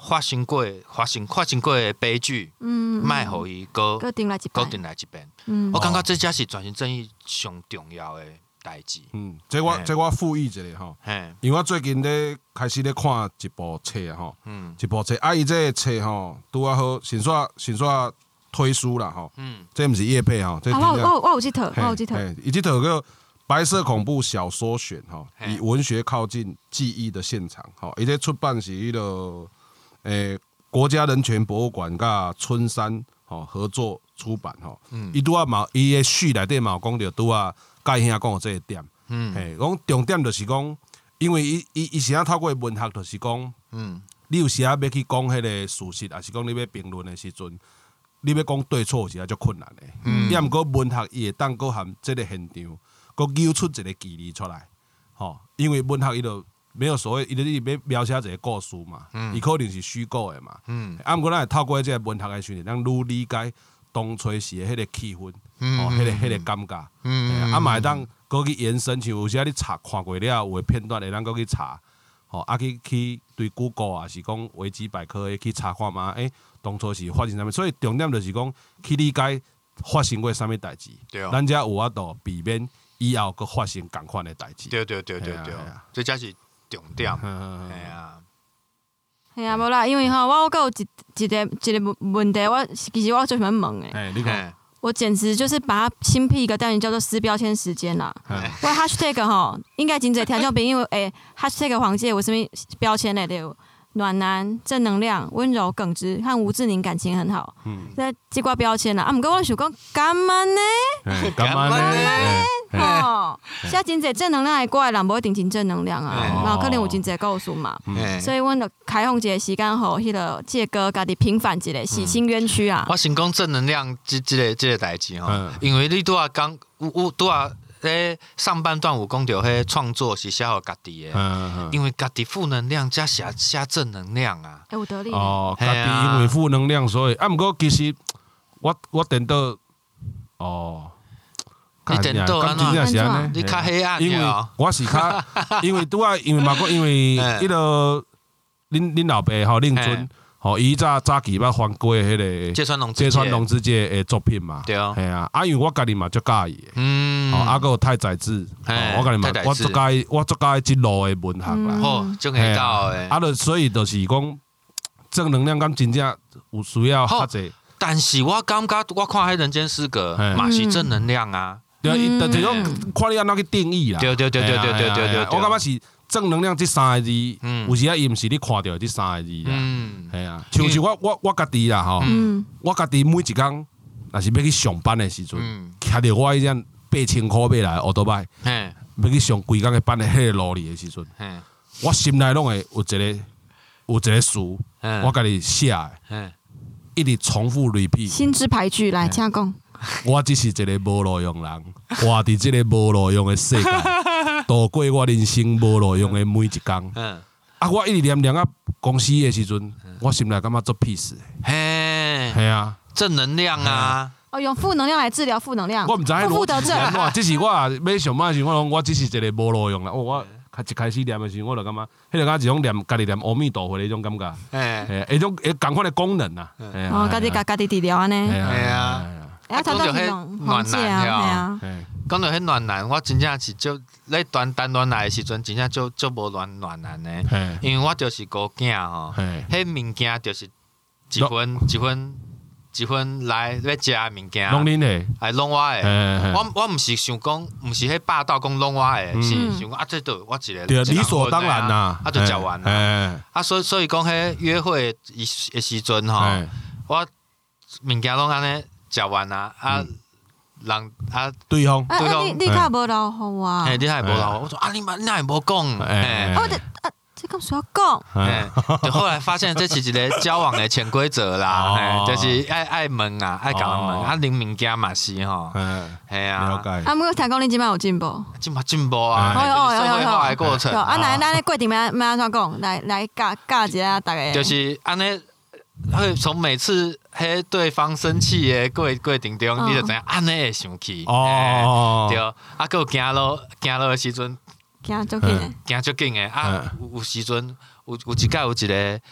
发生过的悲剧，卖互伊搁顶来一遍。我感觉这才是转型正义上重要的代志。 这我附议一下吼，因为我最近咧开始咧看一部册吼，一部册伊这个册吼拄啊好，先煞推书啦吼，这毋是业配吼，这我有这套， 伊这套叫《白色恐怖小说选》吼，以文学靠近记忆的现场吼，伊这出版是迄个国家人权博物馆甲春山吼合作出版吼，伊拄啊嘛，伊的序内底嘛有讲着拄啊介兄讲的这个点，讲重点就是讲，因为伊是透过文学，就是讲，你有时要去讲迄个事实，还是讲你要评论的时阵。你要讲对错是足困难的，也毋过文学伊会当搁含即个现场，搁揪出一个距离出来，吼，因为文学伊就没有所谓，伊就是要描写一个故事嘛，伊可能是虚构的嘛，啊，毋过咱会透过即个文学的训练，咱愈理解当初时的迄个气氛，吼，迄个感觉，啊，嘛会当搁去延伸，像有时你查看过了有的片段，会当搁去查，吼，啊去对 Google 啊，是讲维基百科的去查看嘛，当初是发生啥物，所以重点就是讲去理解发生过啥物代志，咱才有法度避免以后佫发生同款的代志。 对，这才是重点。 系啊，无啦，因为吼，我有一个问题，其实我最想问的。 你讲。 我简直就是把它新辟一个单元叫做撕标签时间啦。我 hashtag 吼，应该真侪听众朋友hashtag 黄姐有什么标签嘞？对。暖男、正能量、温柔、耿直和吴志宁感情很好，这挂标签啦。啊，毋过我想讲，干嘛呢？ 干嘛呢？ 吼，现在真侪正能量的歌的人，无一定真正能量啊，嘛可能有真侪故事嘛。所以，阮就开放一个时间，互迄个借歌家己平反一下，洗清冤屈啊。 我先讲正能量这个代志吼，因为你拄啊讲，有拄啊。上半段有讲到，迄创作是写互家己的，因为家己负能量加写正能量啊。 有道理。 哦，家己因为负能量，所以毋过其实我电脑你电脑安怎？你较黑暗因为我是较，因为拄啊，因为嘛个因为迄个恁老爸吼令尊。伊早期捌翻过迄个芥川龙之介的作品嘛， 对啊， 系啊，因为我家己嘛足介意的，啊个有太宰治，我家己嘛我足介意即路的文学啦， 好，足会到的， 啊，所以就是讲正能量，敢真正有需要较济。 但是我感觉我看迄《人间失格》嘛是正能量啊， 对，就是讲看你安怎去定义啦， 对， 我感觉是。正能量这三个字，有时啊，伊毋是你看到这三个字啦，系啊，像是我家己啦吼，我家己每一工，若是要去上班的时阵，徛着我迄种8000块买来的乌托邦，要去上规工的班的迄个路里的时阵，我心内拢会有一个词，我家己写的，一直重复 repeat。 心之排句来，请讲。 我只是一个无路用人，活伫这个无路用的世界，度过我人生无路用的每一天。啊，我一直念啊公司的时阵，我心内感觉做屁事。嘿啊， 正能量啊！ 用负能量来治疗负能量。 我毋知负得正。 只是我要上班的时候，我只是一个无路用人。我一开始念的时候，我就感觉，迄个一种念家己念阿弥陀佛的迄种感觉。迄种同款的功能啊。 家己治疗安尼。 系啊。 讲到迄暖男， 讲到迄暖男，我真正是就咧谈恋爱的时阵，真正就无暖男的，因为我就是孤囝吼，迄物件就是一份来要食的物件， 拢恁的， 哎，拢我的，我毋是想讲，毋是迄霸道讲拢我的，是想讲啊，这都我一个， 对，理所当然啦， 啊，就食完啦，啊，所以讲迄约会的时阵吼，我物件拢安尼。食完啊，人啊， 对方， 你较无留互我， 你较无留互我说啊，你哪会无讲？ 这咁需要讲， 就后来发现这是一个交往的潜规则啦，就是爱问啊，爱甲人问，啊，拎物件嘛是吼，系啊， 了解。 啊，毋过听讲你即摆有进步， 进步啊，社会化的过程。 啊，咱过程要安怎讲？来教一下大家。 就是安尼。会从每次迄对方生气的过程中，你就知影安尼会生气。对，啊，佮有行路的时阵， 行足紧的， 啊，有时阵有一届有一个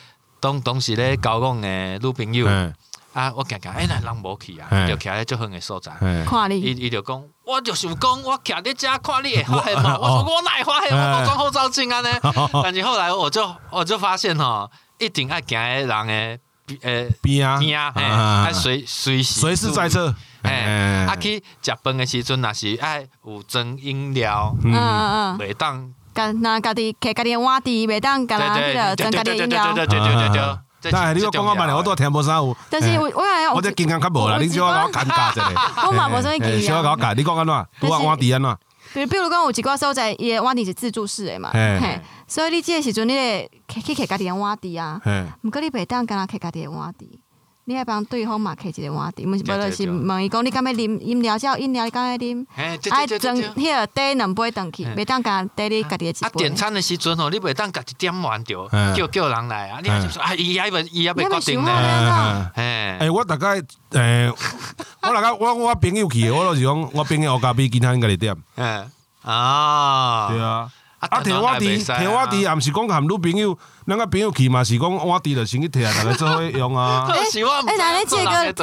当时咧交往的女朋友。啊！我行，那人无去啊，就徛咧足远的所在。 看你， 伊就讲，我就想讲，我徛咧遮看你会发现嘛。我说我哪会发现？我装后照镜安尼。但是后来我就发现吼，一定爱行诶人诶边啊，爱随时在侧。 啊去食饭诶时阵，若是爱有装饮料，袂当。 那家己摕家己碗底，袂当干那迄个装家己饮料。 对。 但系你讲我慢点，我都听无啥有。 但是我这经验较无啦，你小我搞尴尬一下。 我嘛无啥经验。 小我搞尬，你讲安怎？我碗底安怎？ 比如讲有一寡所在，伊的碗底是自助式的嘛，所以你这个时阵你得去摕家己的碗底啊。毋过你袂当干那摕家己的碗底，你要帮对方嘛摕一个碗底，无就是问伊讲你敢要啉饮料，只有饮料你敢要啉？爱装迄个底两杯倒去，袂当干底你家己的一杯。 点餐的时阵吼，你袂当家己点完着，叫人来啊！你就说啊，伊还袂决定呢。 我大概我朋友去，我就是讲我朋友咖啡其他人家己点。对啊。摕我滴，也毋是讲含女朋友，咱个朋友去嘛是讲我滴就先去摕啊，大家做伙用啊。 那你这个，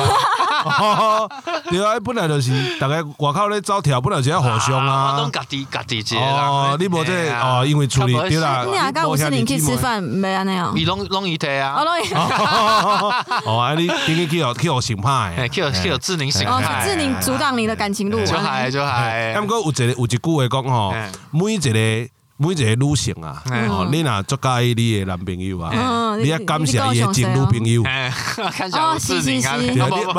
对啊，本来就是大家外口咧走跳，本来是要互相啊。 我拢家己一个人。你无这因为处理对啦。 你啊，甲吴思玲去吃饭，袂安尼哦。 伊拢伊摕啊。 你今日去互性派诶， 去互志宁性派。 志宁阻挡你的感情路。 就系。 不过有一句话讲吼，每一个女性啊，你若足介意你的男朋友啊，你要感谢伊的前女朋友。 看下吴志宁啊，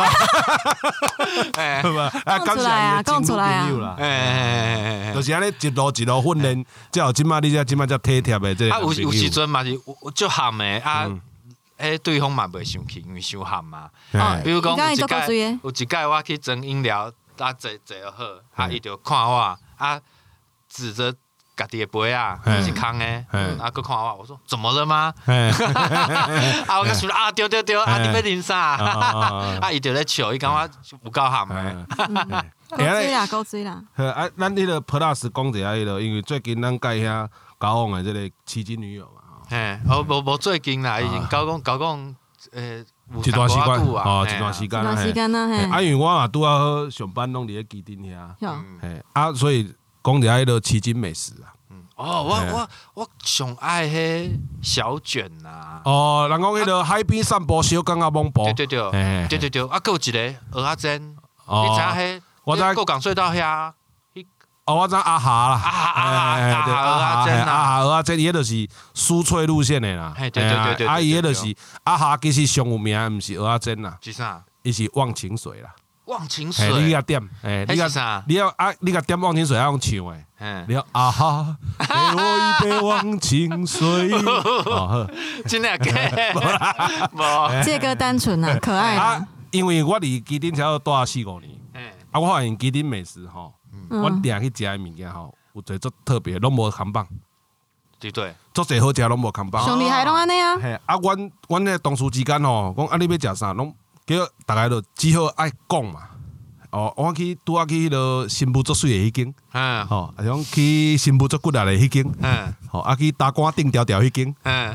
感谢伊的前女朋友啦。就是安尼一路训练，才有即摆你即摆才体贴的这个男朋友。 有时阵嘛是足含的啊，对方嘛袂生气，因为伤含嘛。比如讲有一摆我去装饮料，啊坐好，啊伊就看我啊指着。家己的杯啊，是空诶，啊，佮看我说怎么了吗？啊，我甲想啊，对，啊，你要啉啥？啊，伊就咧笑，伊感觉有够含诶。够水啦。 啊，咱迄个 Plus 讲一下迄个，因为最近咱甲遐交往的这个奇迹女友嘛。 无最近啦，已经交往一段时间一段时间啦。 啊，因为我嘛拄好上班拢伫咧基丁遐，啊，所以。讲一下迄个奇经美食啊！ 我上爱迄小卷呐！ 人讲迄个海边散步，小港啊，蒙步。 对，啊，佫有一个蚵仔煎，你知迄？我知过港隧道遐。 我知阿霞啦， 阿霞蚵仔煎，伊迄就是酥脆路线的啦。 对， 啊，伊迄就是阿霞，其实上有名，毋是蚵仔煎啦， 是啥？ 伊是忘情水啦。 忘情水， 你甲点，你甲点忘情水要用唱诶，你要啊哈，给我一杯忘情水， 真的假？无， 这歌单纯啊，可爱啊。 因为我伫基丁才住4-5年，我发现基丁美食吼，我定去食诶物件吼，有一个足特别，拢无扛棒， 对， 足侪好食拢无扛棒， 上厉害拢安尼啊。 阮迄同事之间吼，讲你要食啥拢。叫大家就只好爱讲嘛。我去拄去迄个新妇足水的迄间，啊像去新妇足骨力的迄间，去打官顶条条迄间，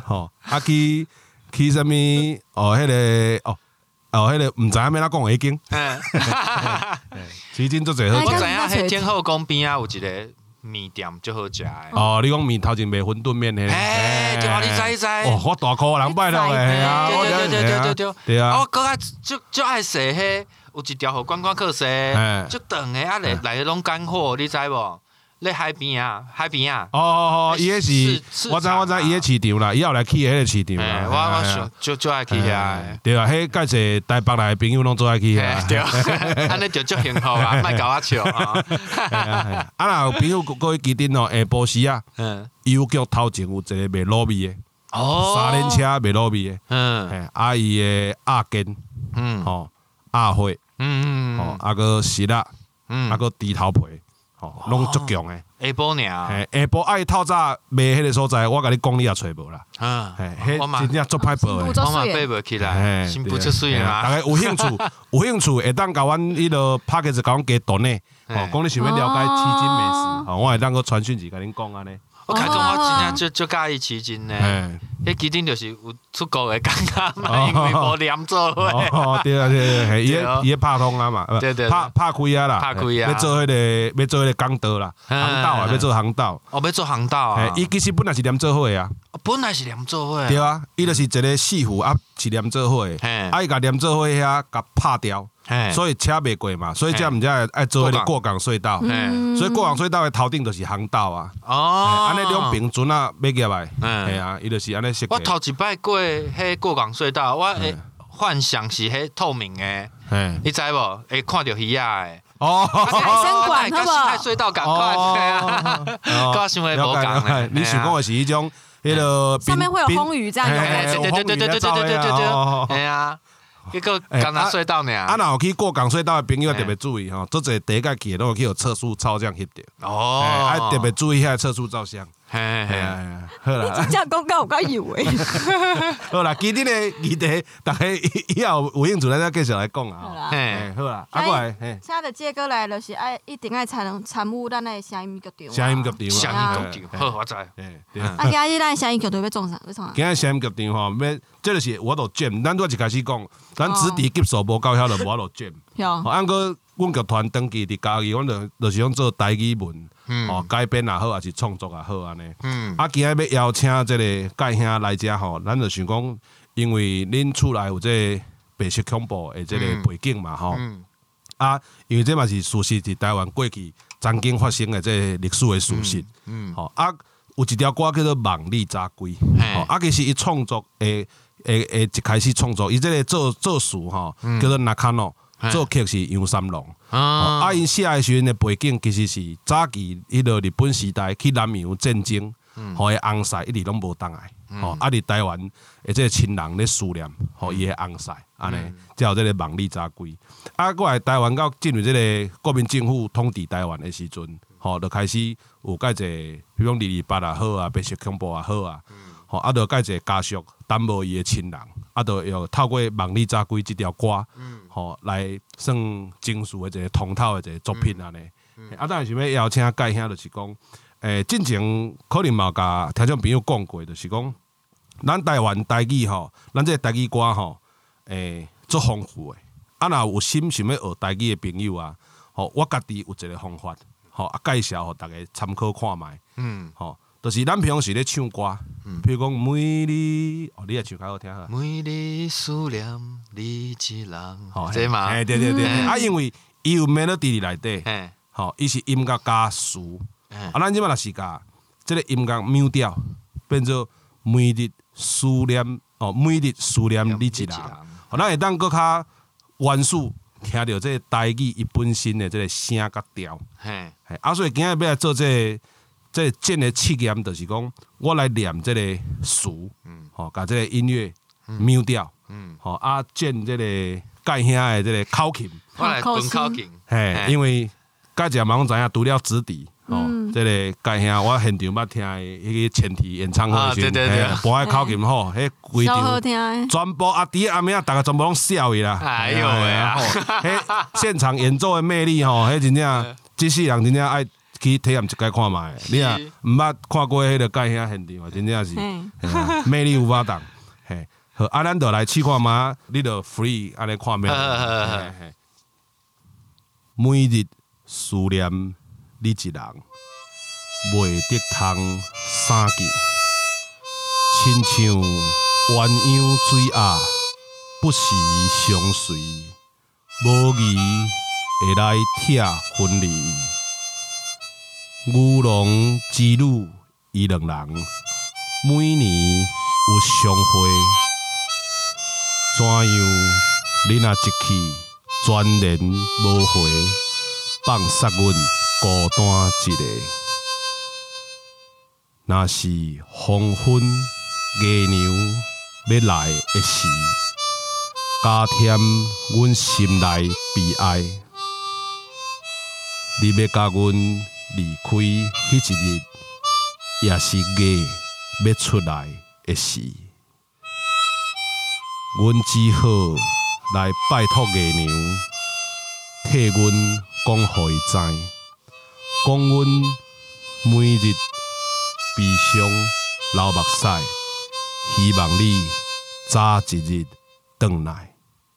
去啥物迄个迄个毋知影要哪讲的迄间，其实真足侪好食。 我知影迄天后宫边啊有一个面店足好食诶。你讲面头前卖馄饨面迄个？ 对啊，你知。 我大箍人拜落诶啊！ 对啊。我搁较足爱食迄，有一条互观光客食，足长诶，啊来拢干货，你知无？咧海边啊。伊迄是， 我知，伊迄市场啦，以后来去迄个市场啦。 我就爱去遐。 对啊，迄介济台北来诶朋友拢做爱去遐。 对，安尼就足幸福啊，莫甲我笑啊。 若有朋友过去基丁哦，下晡时啊，邮局头前有一个卖卤味诶，3轮车卖卤味诶，伊诶鸭筋，鸭血，个丝仔，个猪头皮。拢足强诶， 下晡尔， 下晡爱透早卖迄个所在，我甲你讲，你也找无啦。迄真正足歹报诶， 我嘛爬无起来，新妇出水啊！ 大家有兴趣会当甲阮迄个 Podcast 甲阮加donate，讲你想要了解奇经美食，我会当个传讯息甲恁讲安尼。 我开讲我真正就介意旗津呢。迄旗津就是有出国的感觉嘛，因为无黏做伙。 对啊对，伊拍通啊嘛， 对， 拍开啊啦， 拍开啊， 要做迄个港道啦，航道啊，要做航道。 要做航道啊。 伊其实本来是黏做伙啊。 本来是黏做伙。 对啊，伊就是一个四湖啊，是黏做伙的。伊甲黏做伙遐甲拍掉。所以车袂过嘛，所以才毋才爱做迄个过港隧道。所以过港隧道的头顶就是航道啊。安尼两边船啊要入来，系啊，伊就是安尼设计。 我头一摆过迄过港隧道，我会幻想是迄透明的，你知无？会看到鱼仔的。 海参馆好不好？ 海隧道赶快，我想的无共。 你想讲的是迄种迄个上面会有风雨这样对，系啊。结果刚才隧道呢， 若有去过港隧道的朋友特别注意吼，做者第一个去都有去有测速照相翕到。爱特别注意遐测速照相。好啦， 你真正讲到有够有诶。 好啦，今天的议题，大家以后有兴趣咱再继续来讲啊。好啦，过来。 现在的接歌来就是一定爱参与咱的声音剧场。 声音剧场， 好，我知。 今日咱声音剧场要创啥？ 今日声音剧场吼，这就是我都 jam， 咱拄一开始讲，咱子弟级数无够晓就无法度 jam。按个阮剧团登记伫家己，阮就是讲做台语文，改编也好，还是创作也好安尼。今日要邀请这个介兄来遮吼，咱就想讲，因为恁厝内有这白色恐怖的这个背景嘛吼。因为这嘛是事实，伫台湾过去曾经发生的这个历史的事实。有一条歌叫做《梦里早归》，其实伊创作一开始创作，伊这个作词吼叫做纳卡诺。作曲是杨三郎，因写的时阵的背景其实是早期迄个日本时代去南洋战争，互伊翁婿一直拢无倒来，伫台湾的这个亲人咧思念，互伊的翁婿，安尼才有这个梦里早归。过来台湾到进入这个国民政府统治台湾的时阵，就开始有介侪，比如讲228也好啊，白色恐怖也好啊，就介侪家属担无伊的亲人。就要透过《梦里早归》这条歌，来算情绪的一个通透的一个作品安尼。当然想要邀请介兄，就是讲，之前可能嘛甲听众朋友讲过，就是讲，咱台湾台语吼，咱这个台语歌吼，足丰富的。若有心想要学台语的朋友啊，我家己有一个方法，介绍互大家参考看卖。就是咱平时咧唱歌，譬如讲每日，你也唱较好听哈。 每日思念你一人，这嘛？ 对。因为伊有 melody 内底，伊是音乐加词，咱即摆若是甲即个音乐秒掉，变做每日思念，每日思念你一人，咱会当搁较完整听到这个台语伊本身的这个声甲调，所以今日要来做这整个试验，就是讲我来念这个词，甲这个音乐秒掉，建这个介兄的这个口琴， 我来炖口琴， 因为介只嘛拢知影，除了子弟，这个介兄我现场捌听迄个前提演唱会时，弹个口琴好，迄规场全部伫暗暝大家全部拢笑伊啦， 哎呦喂啊！ 迄现场演奏的魅力吼，迄真正，即世人真正爱去体验一摆看卖，你啊毋捌看过迄个介兄现场，真正是魅力无法挡。好，咱就来试看嘛，你就 free 安尼看魅力。每日思念你一人，袂得通三更，亲像鸳鸯水鸭，不时相随，无疑会来拆分离。牛郎织女伊两人，每年有相会，怎样你若一去，全然无回，放煞阮孤单一个。若是黄昏月娘要来的时，加添阮心内悲哀。你要甲阮离开迄一日，也是月要出来的时，阮只好来拜托月娘，替阮讲互伊知，讲阮每日悲伤流目屎，希望你早一日回来。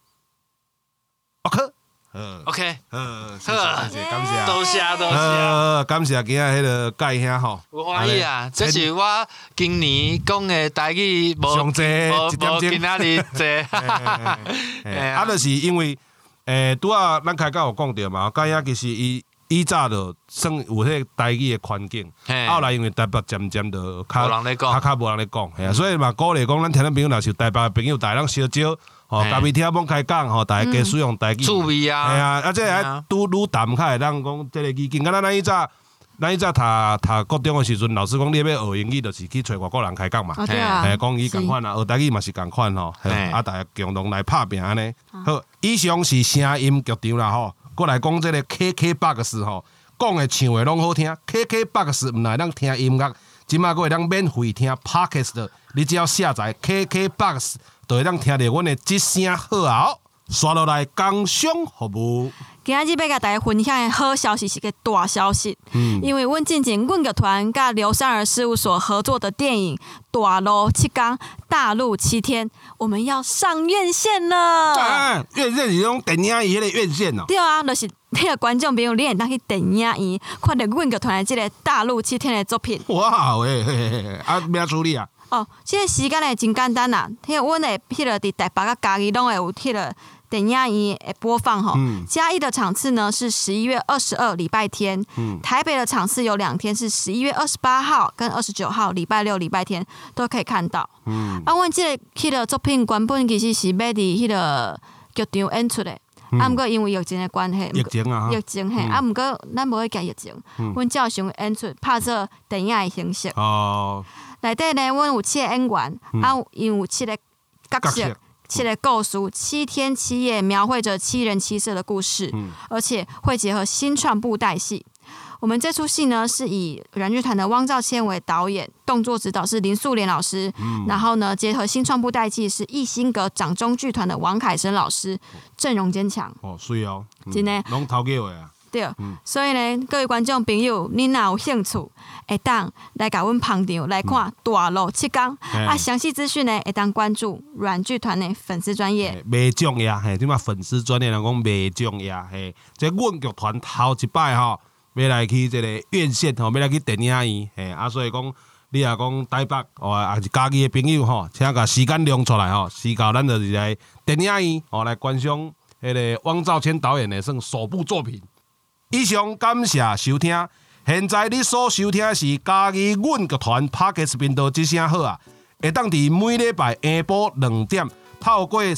OK， 谢谢，感谢， 多谢。 感谢今仔迄个介兄吼， 有欢喜啊！这是我今年讲的台语上济一点钟， 今仔日济。 就是因为拄仔咱开讲有讲到嘛，介兄其实以早就算有迄个台语的环境，后来因为台北渐渐就较无人咧讲，所以嘛鼓励讲咱听众朋友若是台北的朋友，大家小少。家己听某开讲吼，大家加使用台语， 趣味啊， 系啊，即个愈淡较会当讲即个语境。敢若咱以早读高中的时阵，老师讲你要学英语，就是去找外国人开讲嘛，讲语共款啊，学台语嘛是共款吼，大家共同来拍拼安尼。好，以上是声音剧场啦吼，过来讲即个 KKBOX 吼，讲的唱的拢好听。KKBOX 毋来当听音乐，即马佫会当免费听 Podcast， 你只要下载 KKBOX。就会当听到阮的即声好啊！刷落来工商服务。 今日要甲大家分享的好消息是个大消息，因为阮进前阮剧团甲刘三儿事务所合作的电影《大陆7天》大陆7天，我们要上院线了。 院线是种电影院迄个院线哦。 对啊，就是迄个观众朋友，你会当去电影院看到阮剧团的即个《大陆7天》的作品。 哇喂，要处理啊？ 即个时间呢真简单啦，阮会迄个伫台北甲嘉义拢会有迄个电影院会播放吼。嘉义的场次呢是11月22礼拜天，台北的场次有2天，是11月28号跟29号礼拜六、礼拜天都可以看到。阮即个迄个作品原本其实是要伫迄个剧场演出的。毋过因为疫情的关系， 疫情嘿，毋过咱无去惊疫情，阮照想演出拍做电影的形式。内底呢，阮有7个演员，因为有7个角色、7个故事，7天7夜描绘着7人7色的故事，而且会结合新创布袋戏。我们这出戏呢，是以软剧团的汪兆谦为导演，动作指导是林素莲老师，然后呢，结合新创布袋戏是艺兴阁掌中剧团的王凯生老师，阵容坚强。 水哦， 真的， 拢头家的啊。 对，所以呢，各位观众朋友，你若有兴趣，会当来甲阮捧场来看《大陆7天》详细资讯呢，会当关注软剧团的粉丝专页。 袂重要，即马粉丝专页人讲袂重要，即阮剧团头一摆吼，要来去即个院线吼，要来去电影院，所以讲你若讲台北也是家己的朋友吼，请甲时间量出来吼，时到咱就是来电影院来观赏迄个汪兆谦导演的算首部作品。以上感谢收听，现在你所收听的是嘉义阮剧团 Podcast 频道，即声好啊！会当伫每礼拜下晡2点，透过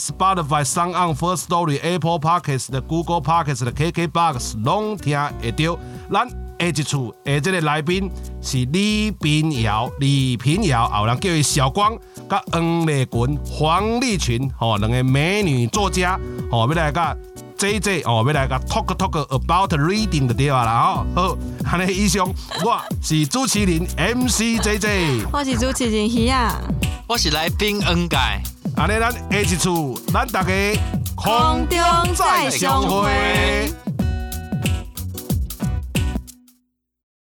Spotify、SoundOn、Firstory、Apple Podcast、Google Podcast、KKBOX 拢听会到。咱下一次的这个来宾是李平遥，后人叫伊小光，甲黄丽群、黄丽群2个美女作家要来甲。JJ 要来甲 talk about reading 就对啦好，安尼以上，我是主持人 MC JJ， 我是主持人鱼啊， 我是来宾恩介。 安尼咱下一次，咱大家空中再相会。